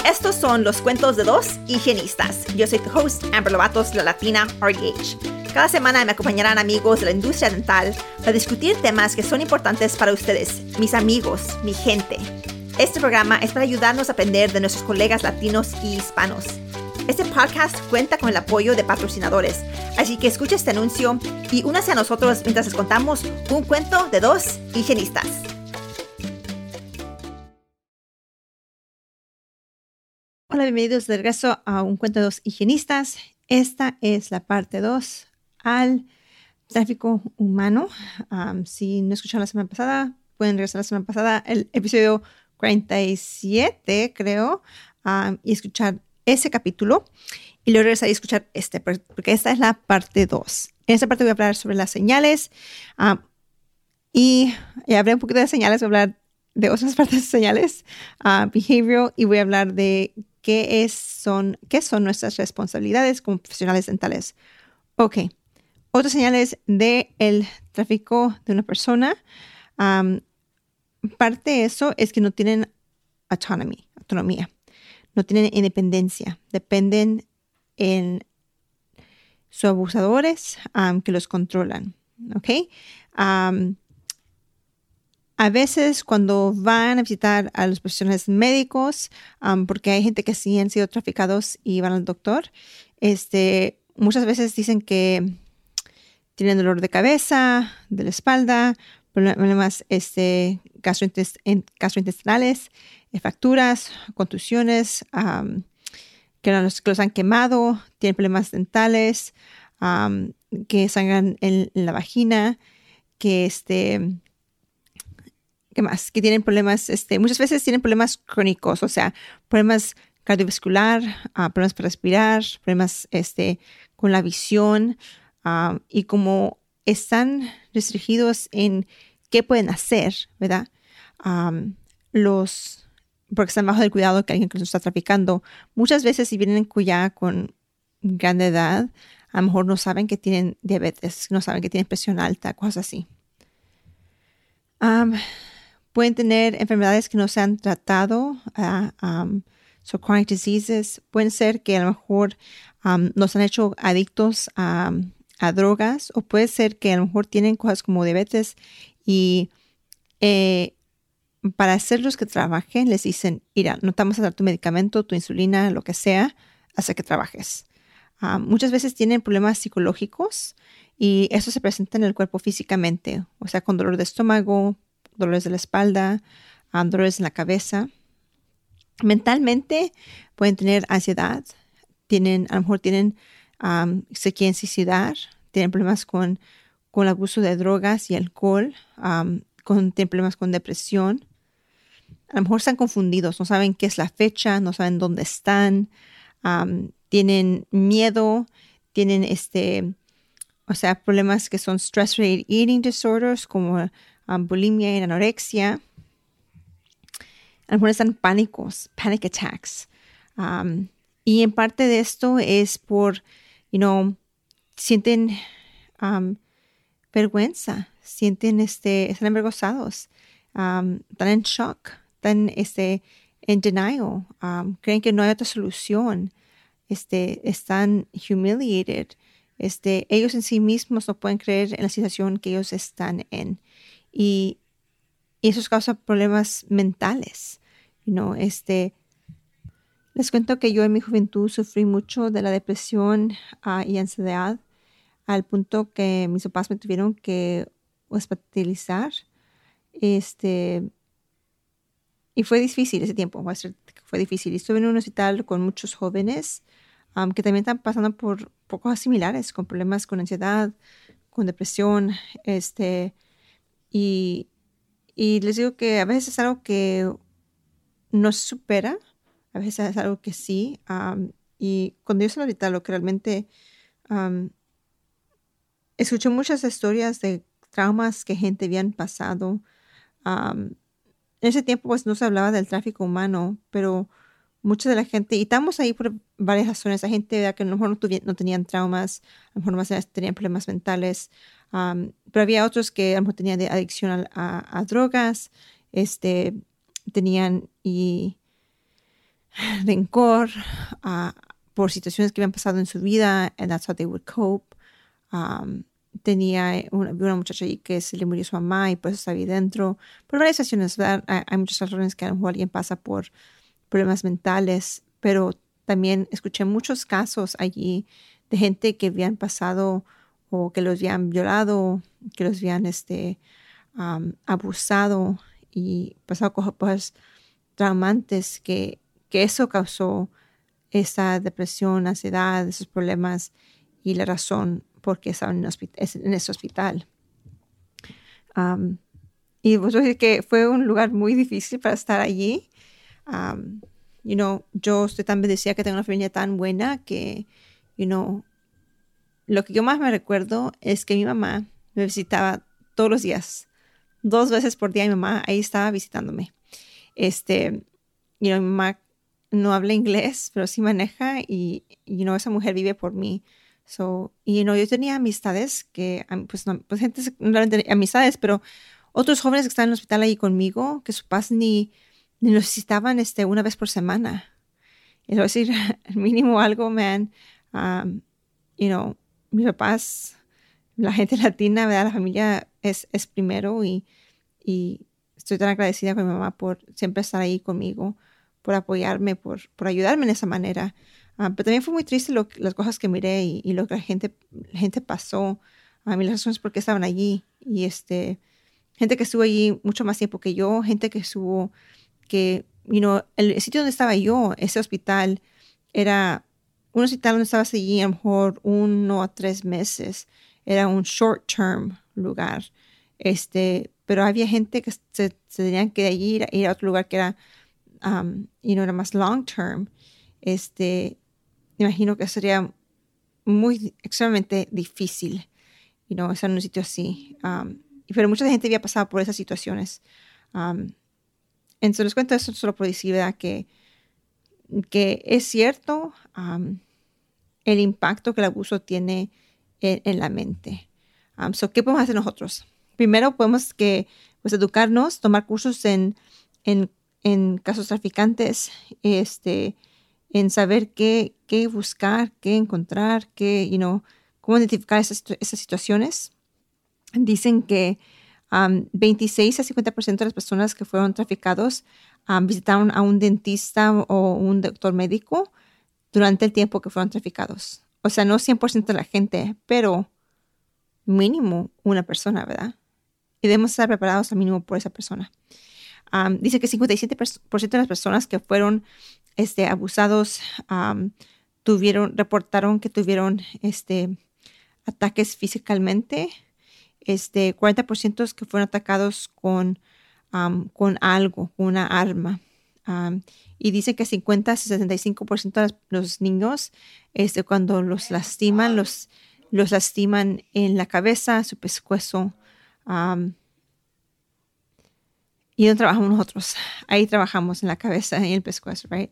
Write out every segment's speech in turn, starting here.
Estos son los cuentos de dos higienistas. Yo soy tu host, Amber Lovatos, la latina RDH. Cada semana me acompañarán amigos de la industria dental para discutir temas que son importantes para ustedes, mis amigos, mi gente. Este programa es para ayudarnos a aprender de nuestros colegas latinos y hispanos. Este podcast cuenta con el apoyo de patrocinadores, así que escucha este anuncio y únase a nosotros mientras les contamos un cuento de dos higienistas. Hola, bienvenidos de regreso a un cuento de dos higienistas. Esta es la parte 2 al tráfico humano. Si no escucharon la semana pasada, pueden regresar la semana pasada, el episodio 47, creo, y escuchar ese capítulo. Y luego regresar y escuchar este, porque esta es la parte 2. En esta parte voy a hablar sobre las señales. Y hablé un poquito de señales, voy a hablar de otras partes de señales, behavioral, y voy a hablar de qué son nuestras responsabilidades como profesionales dentales. Ok. Otras señales del tráfico de una persona. Parte de eso es que no tienen autonomía. No tienen independencia. Dependen en sus abusadores que los controlan. ¿Ok? A veces cuando van a visitar a los profesionales médicos, porque hay gente que sí han sido traficados y van al doctor, muchas veces dicen que tienen dolor de cabeza, de la espalda, problemas gastrointestinales, fracturas, contusiones, que los han quemado, tienen problemas dentales, que sangran en la vagina, que ¿qué más? Que tienen problemas, muchas veces tienen problemas crónicos, o sea, problemas cardiovascular, problemas para respirar, problemas con la visión, y como están restringidos en qué pueden hacer, ¿verdad? Porque están bajo el cuidado de alguien que los está traficando, muchas veces si vienen ya con gran edad, a lo mejor no saben que tienen diabetes, no saben que tienen presión alta, cosas así. Pueden tener enfermedades que no se han tratado, so chronic diseases. Pueden ser que a lo mejor nos han hecho adictos a drogas, o puede ser que a lo mejor tienen cosas como diabetes y para hacerlos que trabajen les dicen, mira, no te vamos a dar tu medicamento, tu insulina, lo que sea, hasta que trabajes. Muchas veces tienen problemas psicológicos y eso se presenta en el cuerpo físicamente, o sea, con dolor de estómago, dolores de la espalda, dolores en la cabeza. Mentalmente pueden tener ansiedad, a lo mejor se quieren suicidar, tienen problemas con el abuso de drogas y alcohol, tienen problemas con depresión. A lo mejor están confundidos, no saben qué es la fecha, no saben dónde están, tienen miedo, tienen problemas que son stress-related eating disorders como bulimia y anorexia. A lo mejor están pánicos, panic attacks. Y en parte de esto es por, sienten vergüenza, están avergonzados, están en shock, están en denial, creen que no hay otra solución, están humiliated, ellos en sí mismos no pueden creer en la situación que ellos están en. Y eso causa problemas mentales. Les cuento que yo en mi juventud sufrí mucho de la depresión y ansiedad, al punto que mis papás me tuvieron que hospitalizar. Y fue difícil ese tiempo, fue difícil. Estuve en un hospital con muchos jóvenes que también están pasando por cosas similares, con problemas con ansiedad, con depresión, y les digo que a veces es algo que no se supera, a veces es algo que sí. Y cuando yo estaba ahorita, lo que realmente escuché muchas historias de traumas que gente habían pasado. En ese tiempo pues no se hablaba del tráfico humano, pero mucha de la gente, y estamos ahí por varias razones, la gente ¿verdad? Que a lo mejor no tenían traumas, a lo mejor más tenían problemas mentales, pero había otros que a lo mejor tenían de adicción a drogas, tenían y rencor por situaciones que habían pasado en su vida, and that's how they would cope. Había una muchacha allí que se le murió su mamá y pues estaba ahí dentro. Por varias situaciones, ¿verdad? Hay muchas razones que a lo mejor alguien pasa por problemas mentales, pero también escuché muchos casos allí de gente que habían pasado o que los habían violado, que los habían abusado y pasado cosas traumantes que eso causó esa depresión, ansiedad, esos problemas y la razón por qué estaban en ese hospital. Um, y vos decir que fue un lugar muy difícil para estar allí. Um, yo estoy tan bendecida que tengo una familia tan buena que, lo que yo más me recuerdo es que mi mamá me visitaba todos los días, 2 veces por día mi mamá ahí estaba visitándome. Mi mamá no habla inglés, pero sí maneja y esa mujer vive por mí. So, yo tenía amistades que, pues, no, pues gente, no realmente amistades, pero otros jóvenes que estaban en el hospital ahí conmigo, que sus papás ni necesitaban una vez por semana. Es decir, mínimo algo, man. Um, Mis papás, la gente latina, ¿verdad? La familia es primero y estoy tan agradecida con mi mamá por siempre estar ahí conmigo, por apoyarme, por ayudarme en esa manera. Pero también fue muy triste las cosas que miré y lo que la gente pasó, y las razones por qué estaban allí. Y gente que estuvo allí mucho más tiempo que yo, gente que estuvo, el sitio donde estaba yo, ese hospital, era un hospital donde estabas allí a lo mejor 1 a 3 meses. Era un short term lugar. Pero había gente que se tenían que ir a otro lugar que era, era más long term. Me imagino que sería muy, extremadamente difícil, estar en un sitio así. Pero mucha gente había pasado por esas situaciones. Entonces les cuento eso solo por decir, ¿verdad? Que es cierto el impacto que el abuso tiene en la mente. ¿Qué podemos hacer nosotros? Primero podemos educarnos, tomar cursos en casos traficantes, en saber qué buscar, qué encontrar, cómo identificar esas situaciones. Dicen que 26 a 50% de las personas que fueron traficados visitaron a un dentista o un doctor médico durante el tiempo que fueron traficados. O sea, no 100% de la gente, pero mínimo una persona, ¿verdad? Y debemos estar preparados al mínimo por esa persona. Dice que 57% de las personas que fueron abusados reportaron que tuvieron ataques físicamente. 40% que fueron atacados con algo, con una arma. Y dice que 50 a 75% de los niños, cuando los lastiman, los lastiman en la cabeza, su pescuezo. Y no trabajamos nosotros. Ahí trabajamos en la cabeza y en el pescuezo, right?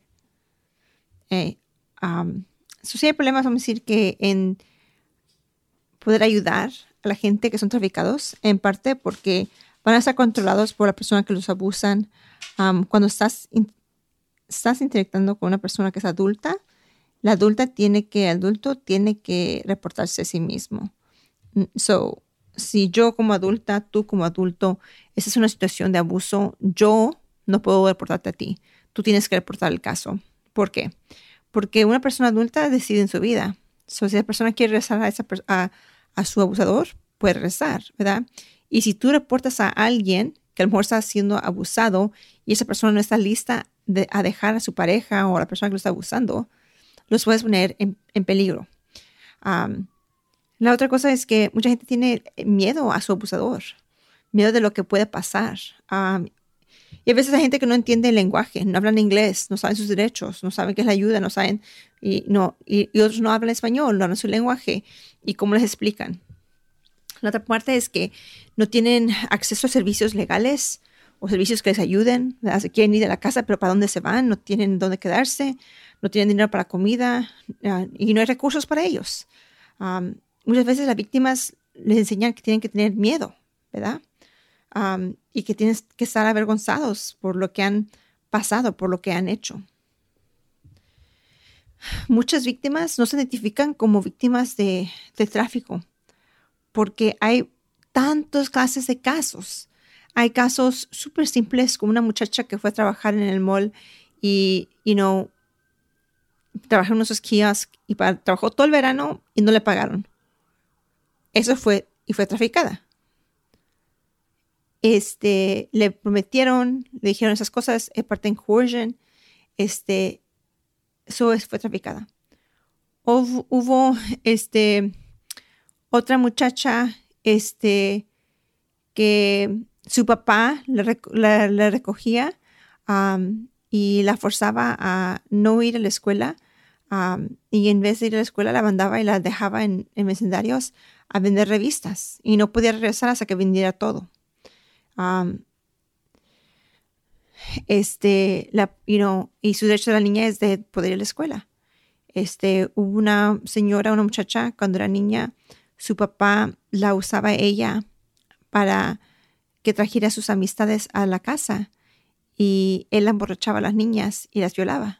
Si hay problemas, vamos a decir que en poder ayudar a la gente que son traficados, en parte porque van a estar controlados por la persona que los abusan. Cuando estás interactuando con una persona que es adulta, el adulto tiene que reportarse a sí mismo. Si yo como adulta, tú como adulto, esa es una situación de abuso, yo no puedo reportarte a ti. Tú tienes que reportar el caso. ¿Por qué? Porque una persona adulta decide en su vida. Si la persona quiere regresar a su abusador, puede regresar, ¿verdad? Y si tú reportas a alguien que a lo mejor está siendo abusado y esa persona no está lista a dejar a su pareja o a la persona que lo está abusando, los puedes poner en peligro. La otra cosa es que mucha gente tiene miedo a su abusador, miedo de lo que puede pasar. Y a veces hay gente que no entiende el lenguaje, no hablan inglés, no saben sus derechos, no saben qué es la ayuda, no saben, y otros no hablan español, no hablan su lenguaje, y cómo les explican. La otra parte es que no tienen acceso a servicios legales o servicios que les ayuden, ¿verdad? Se quieren ir de la casa, pero ¿para dónde se van? No tienen dónde quedarse, no tienen dinero para comida, y no hay recursos para ellos. Muchas veces las víctimas les enseñan que tienen que tener miedo, ¿verdad? Y que tienen que estar avergonzados por lo que han pasado, por lo que han hecho. muchas víctimas no se identifican como víctimas de tráfico porque hay tantas clases de casos. Hay casos súper simples como una muchacha que fue a trabajar en el mall y, trabajó en esos kiosks y trabajó todo el verano y no le pagaron. Eso fue, y fue traficada. Le prometieron, le dijeron esas cosas, parte en coercion, eso fue traficada. Hubo otra muchacha, que su papá le recogía y la forzaba a no ir a la escuela y en vez de ir a la escuela la mandaba y la dejaba en vecindarios a vender revistas y no podía regresar hasta que vendiera todo. Y su derecho de la niña es de poder ir a la escuela. Hubo una señora, una muchacha, cuando era niña, su papá la usaba ella para que trajera a sus amistades a la casa y él emborrachaba a las niñas y las violaba.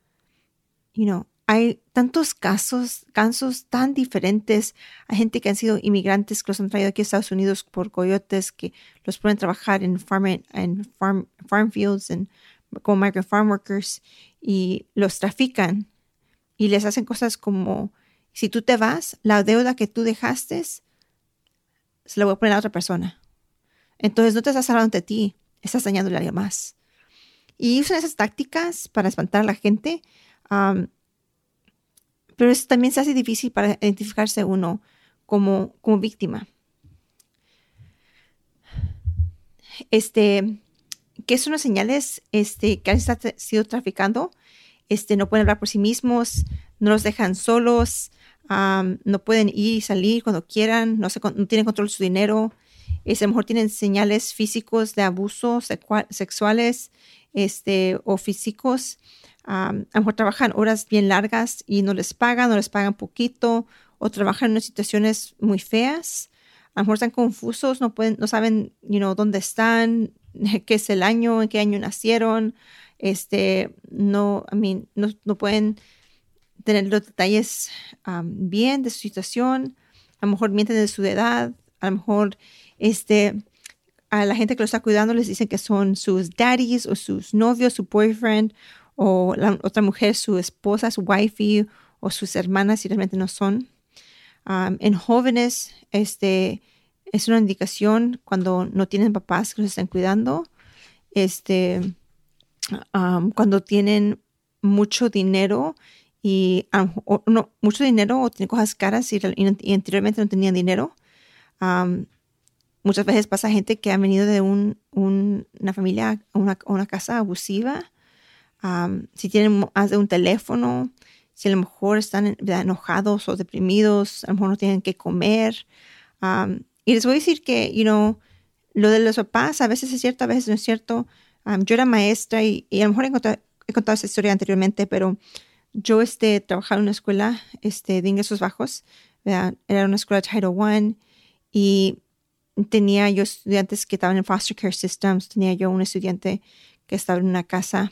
Hay tantos casos tan diferentes. Hay gente que han sido inmigrantes que los han traído aquí a Estados Unidos por coyotes que los ponen a trabajar en farm fields como migrant farm workers y los trafican y les hacen cosas como si tú te vas, la deuda que tú dejaste se la voy a poner a otra persona. Entonces no te estás salvando de ti, estás dañándole a alguien más. Y usan esas tácticas para espantar a la gente. Pero eso también se hace difícil para identificarse uno como víctima. ¿Qué son las señales que han sido traficando? No pueden hablar por sí mismos, no los dejan solos, no pueden ir y salir cuando quieran, no tienen control de su dinero. A lo mejor tienen señales físicos de abuso sexuales o físicos. A lo mejor trabajan horas bien largas y no les pagan poquito, o trabajan en situaciones muy feas. A lo mejor están confusos, no saben, dónde están, qué es el año, en qué año nacieron. No pueden tener los detalles bien de su situación. A lo mejor mienten de su edad. A lo mejor a la gente que los está cuidando les dicen que son sus daddies o sus novios, su boyfriend, o la otra mujer, su esposa, su wifey, o sus hermanas, si realmente no son. En jóvenes, es una indicación cuando no tienen papás que los están cuidando. Cuando tienen mucho dinero mucho dinero o tienen cosas caras y anteriormente no tenían dinero. Muchas veces pasa gente que ha venido de una familia, una casa abusiva. Si tienen más de un teléfono, si a lo mejor están enojados o deprimidos, a lo mejor no tienen que comer. Y les voy a decir que, lo de los papás a veces es cierto, a veces no es cierto. Yo era maestra y a lo mejor he contado esa historia anteriormente, pero yo trabajaba en una escuela de ingresos bajos, ¿verdad? Era una escuela Title I y tenía yo estudiantes que estaban en foster care systems, tenía yo un estudiante que estaba en una casa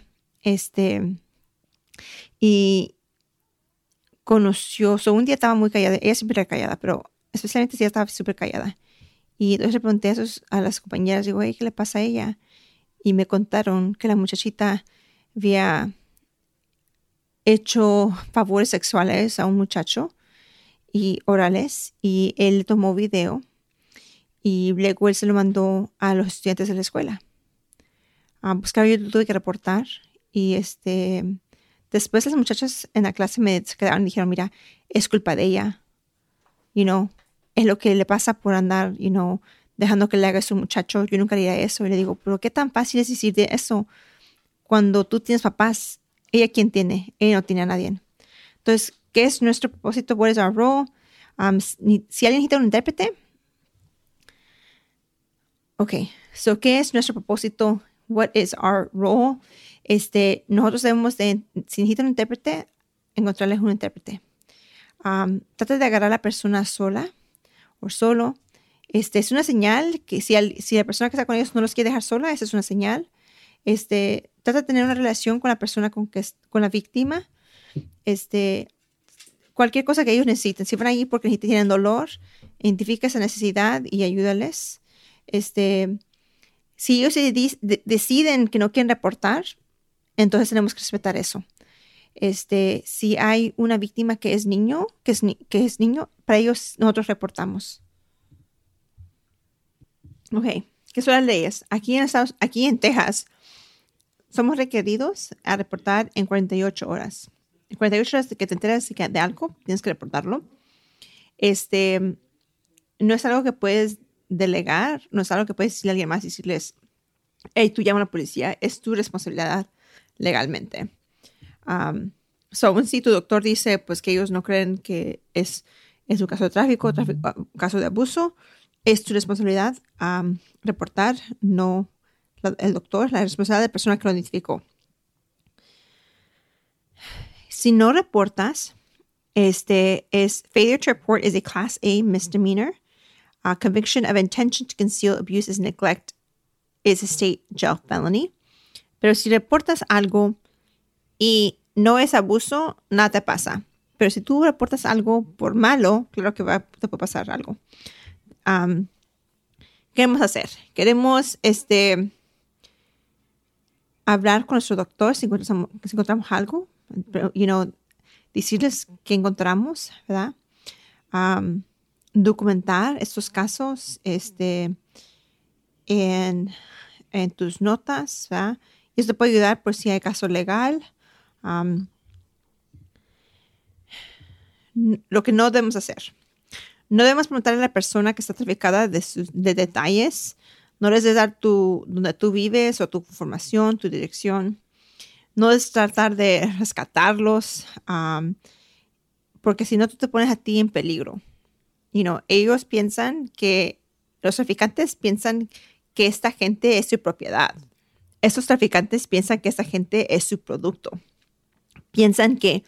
y conoció, un día estaba muy callada, ella siempre era callada, pero especialmente si ella estaba súper callada. Y entonces le pregunté a las compañeras, digo, ¿qué le pasa a ella? Y me contaron que la muchachita había hecho favores sexuales a un muchacho y orales, y él le tomó video y luego él se lo mandó a los estudiantes de la escuela. Pues claro, yo tuve que reportar y después las muchachas en la clase se quedaron y dijeron, mira, es culpa de ella, es lo que le pasa por andar, dejando que le haga eso a un muchacho. Yo nunca haría eso. Y le digo, pero qué tan fácil es decir de eso cuando tú tienes papás. ¿Ella quién tiene? Ella no tiene a nadie. Entonces, ¿qué es nuestro propósito? What is our role? Si alguien necesita un intérprete. Ok, so, ¿qué es nuestro propósito? What is our role? Nosotros debemos si necesitan un intérprete, encontrarles un intérprete. Trata de agarrar a la persona sola o solo. Es una señal que si la persona que está con ellos no los quiere dejar sola, esa es una señal. Trata de tener una relación con la persona con la víctima. Cualquier cosa que ellos necesiten. Si van allí porque tienen dolor, identifica esa necesidad y ayúdales. Si ellos deciden que no quieren reportar, entonces tenemos que respetar eso. Si hay una víctima que es niño, que es niño, para ellos nosotros reportamos. Ok, ¿qué son las leyes? Aquí en Texas, somos requeridos a reportar en 48 horas. En 48 horas de que te enteras de algo, tienes que reportarlo. No es algo que puedes delegar, no es algo que puedes decirle a alguien más y decirles, hey, tú llama a la policía, es tu responsabilidad legalmente. Aún si tu doctor dice pues que ellos no creen que es un caso de tráfico, caso de abuso, es tu responsabilidad reportar, no el doctor, la responsabilidad de la persona que lo identificó. Si no reportas, failure to report is a Class A misdemeanor. Conviction of intention to conceal abuse is neglect is a state jail felony. Pero si reportas algo y no es abuso, nada te pasa. Pero si tú reportas algo por malo, claro que te puede pasar algo. ¿Qué queremos hacer? Queremos hablar con nuestro doctor si encontramos algo, decirles qué encontramos, ¿verdad? Documentar estos casos en tus notas, ¿verdad? Y esto puede ayudar por si hay caso legal. Lo que no debemos hacer. No debemos preguntarle a la persona que está traficada de detalles. No les debes dar donde tú vives o tu información, tu dirección. No debes tratar de rescatarlos porque si no, tú te pones a ti en peligro. Ellos piensan que los traficantes piensan que esta gente es su propiedad. Estos traficantes piensan que esta gente es su producto. Piensan que,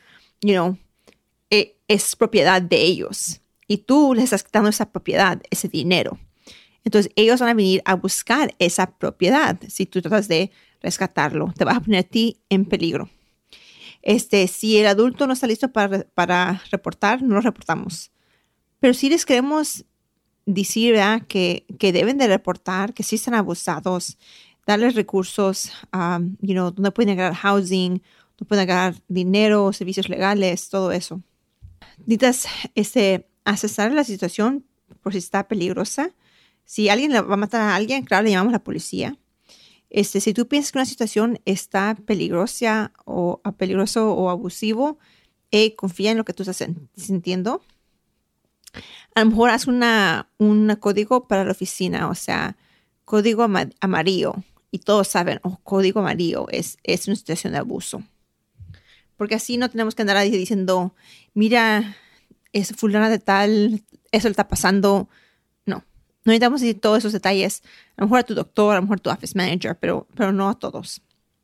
es propiedad de ellos. Y tú les estás quitando esa propiedad, ese dinero. Entonces, ellos van a venir a buscar esa propiedad. Si tú tratas de rescatarlo, te vas a poner a ti en peligro. Si el adulto no está listo para reportar, no lo reportamos. Pero sí les queremos decir, ¿verdad? Que deben de reportar, que sí están abusados, darles recursos, donde pueden ganar housing, donde pueden ganar dinero, servicios legales, todo eso. Necesitas asesar la situación por si está peligrosa. Si alguien le va a matar a alguien, claro, le llamamos a la policía. Si tú piensas que una situación está peligroso o abusivo, confía en lo que tú estás sintiendo. A lo mejor haz un código para la oficina, o sea, código amarillo. Y todos saben, código amarillo es una situación de abuso. Porque así no tenemos que andar ahí diciendo, mira, es fulana de tal, eso le está pasando. No necesitamos decir todos esos detalles. A lo mejor a tu doctor, a lo mejor a tu office manager, pero no a todos.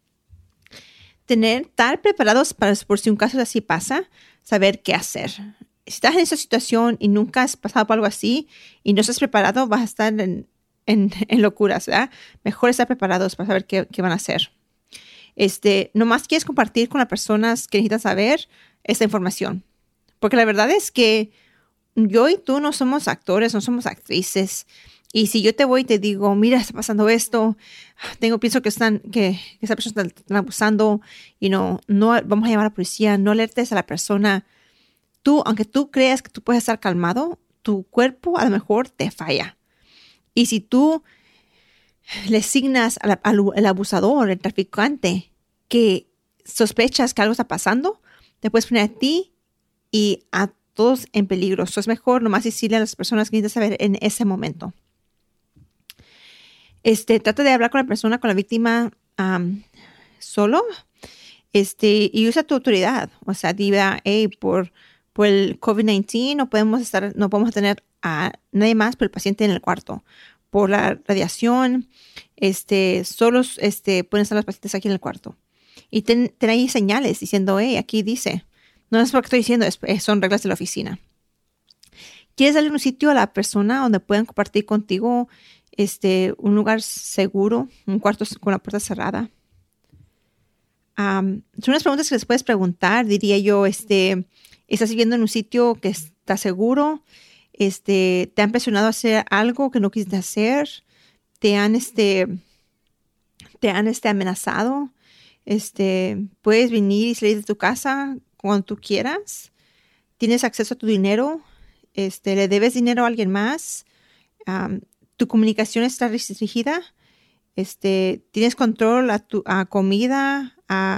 Estar preparados por si un caso así pasa, saber qué hacer. Si estás en esa situación y nunca has pasado por algo así y no estás preparado, vas a estar en locuras, ¿verdad? Mejor estar preparados para saber qué van a hacer. Nomás quieres compartir con las personas que necesitan saber esta información. Porque la verdad es que yo y tú no somos actores, no somos actrices. Y si yo te voy y te digo, mira, está pasando esto, pienso que esa persona está abusando y no vamos a llamar a la policía, no alertes a la persona. Aunque tú creas que tú puedes estar calmado, tu cuerpo a lo mejor te falla. Y si tú le asignas al abusador, el traficante, que sospechas que algo está pasando, te puedes poner a ti y a todos en peligro. Eso es mejor nomás decirle a las personas que necesitas saber en ese momento. Trata de hablar con la persona, con la víctima solo. Y usa tu autoridad. O sea, diga, hey, por el COVID-19 no podemos tener a nadie más pero el paciente en el cuarto. Por la radiación, solo pueden estar los pacientes aquí en el cuarto. Y ten ahí señales diciendo, hey, aquí dice. No es lo que estoy diciendo, son reglas de la oficina. ¿Quieres darle un sitio a la persona donde puedan compartir contigo un lugar seguro, un cuarto con la puerta cerrada? Son unas preguntas que les puedes preguntar, diría yo, ¿estás viviendo en un sitio que está seguro? ¿Te han presionado a hacer algo que no quisiste hacer? ¿Te han, amenazado? ¿Puedes venir y salir de tu casa cuando tú quieras? ¿Tienes acceso a tu dinero? ¿Le debes dinero a alguien más? ¿Tu comunicación está restringida? ¿Tienes control a comida,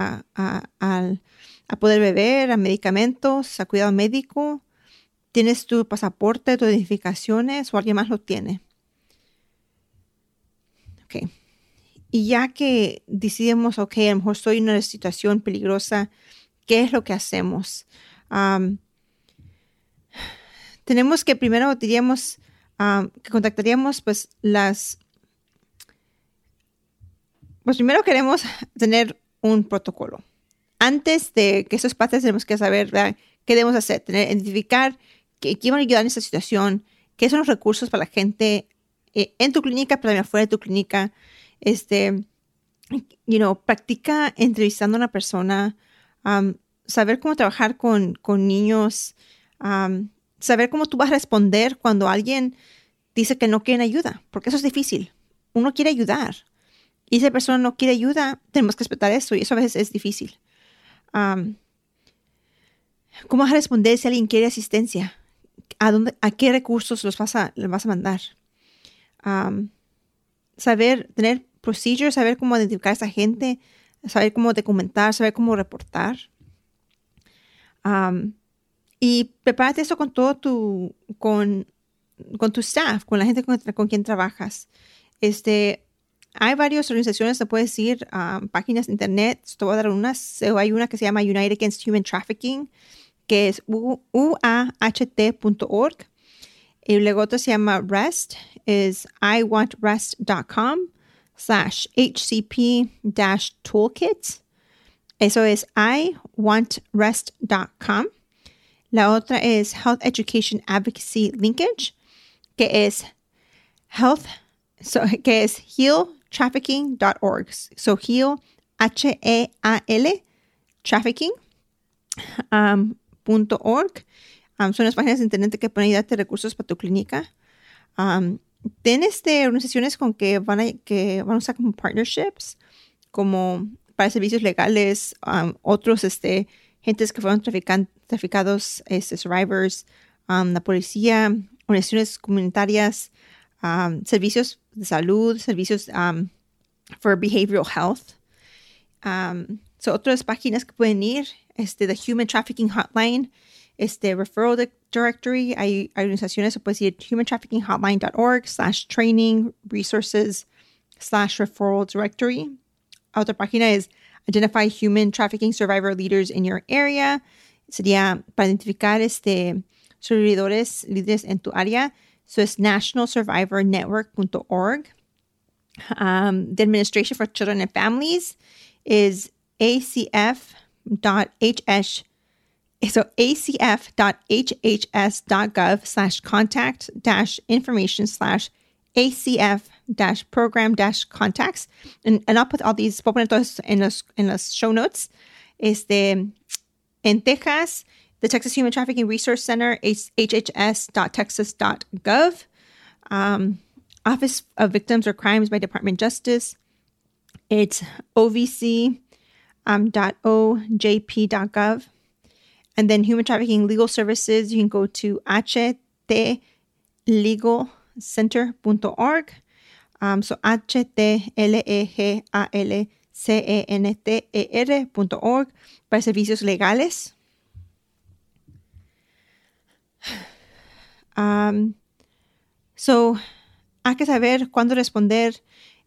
a poder beber, a medicamentos, a cuidado médico? ¿Tienes tu pasaporte, tus identificaciones o alguien más lo tiene? Ok. Y ya que decidimos, ok, a lo mejor estoy en una situación peligrosa, ¿qué es lo que hacemos? Tenemos que primero diríamos que contactaríamos pues pues primero queremos tener un protocolo. Antes de que esos partes tenemos que saber, ¿verdad?, qué debemos hacer, identificar quién va a ayudar en esta situación, qué son los recursos para la gente en tu clínica, pero también fuera de tu clínica. Practica entrevistando a una persona, saber cómo trabajar con niños, saber cómo tú vas a responder cuando alguien dice que no quieren ayuda, porque eso es difícil. Uno quiere ayudar y si esa persona no quiere ayuda, tenemos que respetar eso y eso a veces es difícil. ¿Cómo vas a responder si alguien quiere asistencia? ¿A qué recursos les vas a mandar? Saber tener procedures, saber cómo identificar a esa gente, saber cómo documentar, saber cómo reportar. Y prepárate eso con todo con tu staff, con la gente con quien trabajas. Hay varias organizaciones, te puedes ir a páginas de internet, te voy a dar unas. Hay una que se llama United Against Human Trafficking, que es uaht.org. Y luego otra se llama REST, es iwantrest.com/HCP-toolkit. Eso es iwantrest.com. La otra es Health Education Advocacy Linkage, que es healtrafficking.org. So heal, HEAL, trafficking.org. Son las páginas de internet que pueden ayudarte recursos para tu clínica. Ten organizaciones con que van a usar como partnerships, como para servicios legales, otros gentes que fueron traficados, survivors, la policía, organizaciones comunitarias, servicios de salud, servicios for behavioral health. Otras páginas que pueden ir, the Human Trafficking Hotline, referral directory. Hay organizaciones, puedes ir humantraffickinghotline.org/training resources/referral directory. Otra página es Identify Human Trafficking Survivor Leaders in Your Area. Sería para identificar survivores líderes en tu área. So es nationalsurvivornetwork.org. The Administration for Children and Families is acf.hhs. So acf.hhs.gov/contact-information/acf-program-contacts. And I'll put all these, voy a poner todos en los show notes. En Texas, the Texas Human Trafficking Resource Center is hhs.texas.gov. Office of Victims or Crimes by Department of Justice, it's ovc.ojp.gov. And then Human Trafficking Legal Services, you can go to htlegalcenter.org. So htlegalcenter.org para servicios legales. Hay que saber cuándo responder,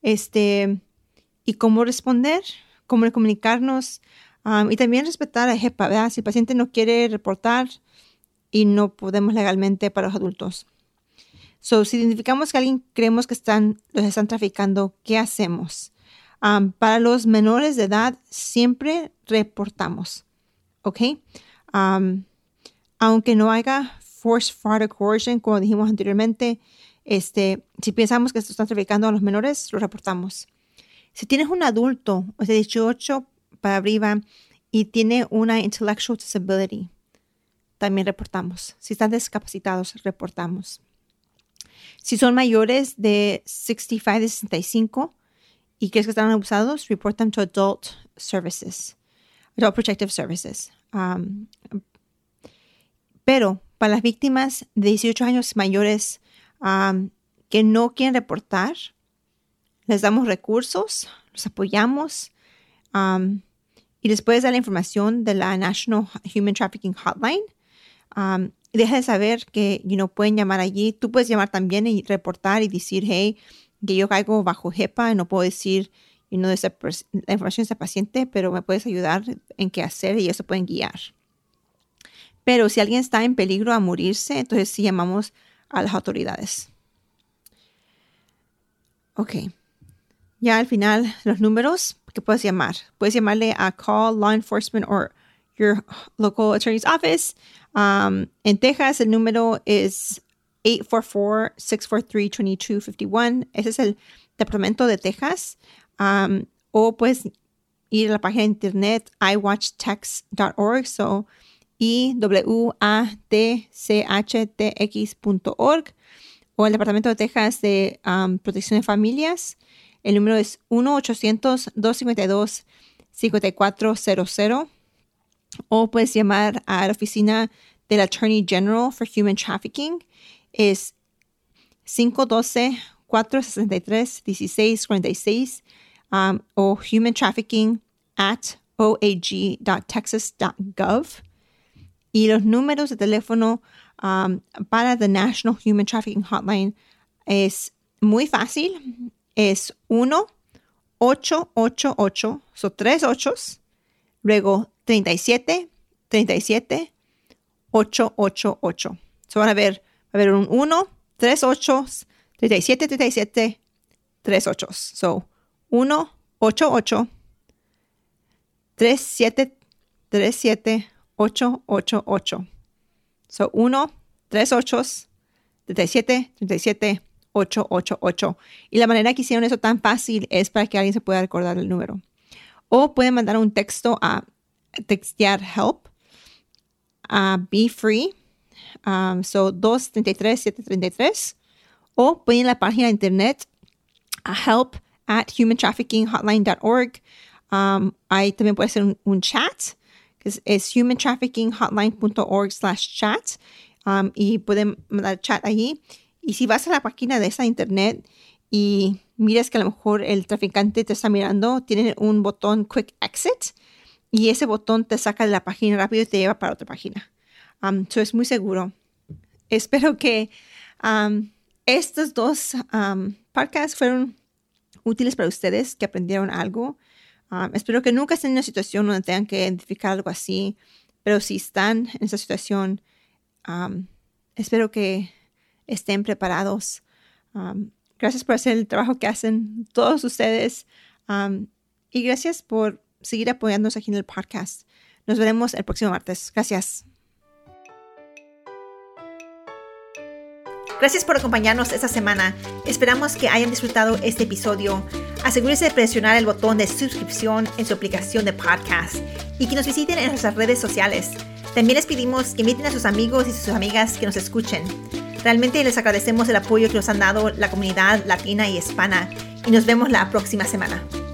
y cómo responder, cómo comunicarnos, y también respetar a HIPAA, ¿verdad? Si el paciente no quiere reportar y no podemos legalmente para los adultos. Si identificamos que alguien creemos que los están traficando, ¿qué hacemos? Para los menores de edad, siempre reportamos, ¿ok? Aunque no haya force, fraud or coercion, como dijimos anteriormente, si pensamos que están traficando a los menores, lo reportamos. Si tienes un adulto, o sea, 18 para arriba y tiene una intellectual disability, también reportamos. Si están discapacitados, reportamos. Si son mayores de 65 y crees que están abusados, report them to Adult Protective Services. Pero para las víctimas de 18 años mayores que no quieren reportar, les damos recursos, los apoyamos y les puedes dar la información de la National Human Trafficking Hotline. Deja de saber que pueden llamar allí. Tú puedes llamar también y reportar y decir, hey, que yo caigo bajo HIPAA, no puedo decir la información de ese paciente, pero me puedes ayudar en qué hacer y eso pueden guiar. Pero si alguien está en peligro a morirse, entonces sí llamamos a las autoridades. Ok. Ya al final, los números que puedes llamar. Puedes llamarle a Call Law Enforcement or your local attorney's office. En Texas, el número es 844-643-2251. Ese es el Departamento de Texas. O puedes ir a la página de internet iwatchtx.org. So, iwatchtx.org. O el Departamento de Texas de Protección de Familias. El número es 1-800-252-5400. O puedes llamar a la oficina del Attorney General for Human Trafficking. Es 512-463-1646 o humantrafficking@oag.texas.gov. Y los números de teléfono para the National Human Trafficking Hotline es muy fácil. Es 1-888, son 3 ochos, luego 37, 888. So van a ver un 1, 3 ochos, 37, 37, 3 ochos. So 1-888, 37, 37, 888. So 1, 3 ochos, 37, 37, 888. Y la manera que hicieron eso tan fácil es para que alguien se pueda recordar el número. O pueden mandar un texto a textear help a Be Free. So 233-733. O pueden ir a la página de internet a help@humantraffickinghotline.org. Ahí también puede ser un chat, que es humantraffickinghotline.org/chat. Y pueden mandar chat allí. Y si vas a la página de esa internet y miras que a lo mejor el traficante te está mirando, tienen un botón Quick Exit y ese botón te saca de la página rápido y te lleva para otra página. So es muy seguro. Espero que estos dos podcasts fueron útiles para ustedes, que aprendieron algo. Espero que nunca estén en una situación donde tengan que identificar algo así, pero si están en esa situación, espero que estén preparados. Gracias por hacer el trabajo que hacen todos ustedes. Y gracias por seguir apoyándonos aquí en el podcast. Nos veremos el próximo martes. Gracias. Gracias por acompañarnos esta semana. Esperamos que hayan disfrutado este episodio. Asegúrese de presionar el botón de suscripción en su aplicación de podcast y que nos visiten en nuestras redes sociales. También les pedimos que inviten a sus amigos y sus amigas que nos escuchen. Realmente les agradecemos el apoyo que nos han dado la comunidad latina y hispana y nos vemos la próxima semana.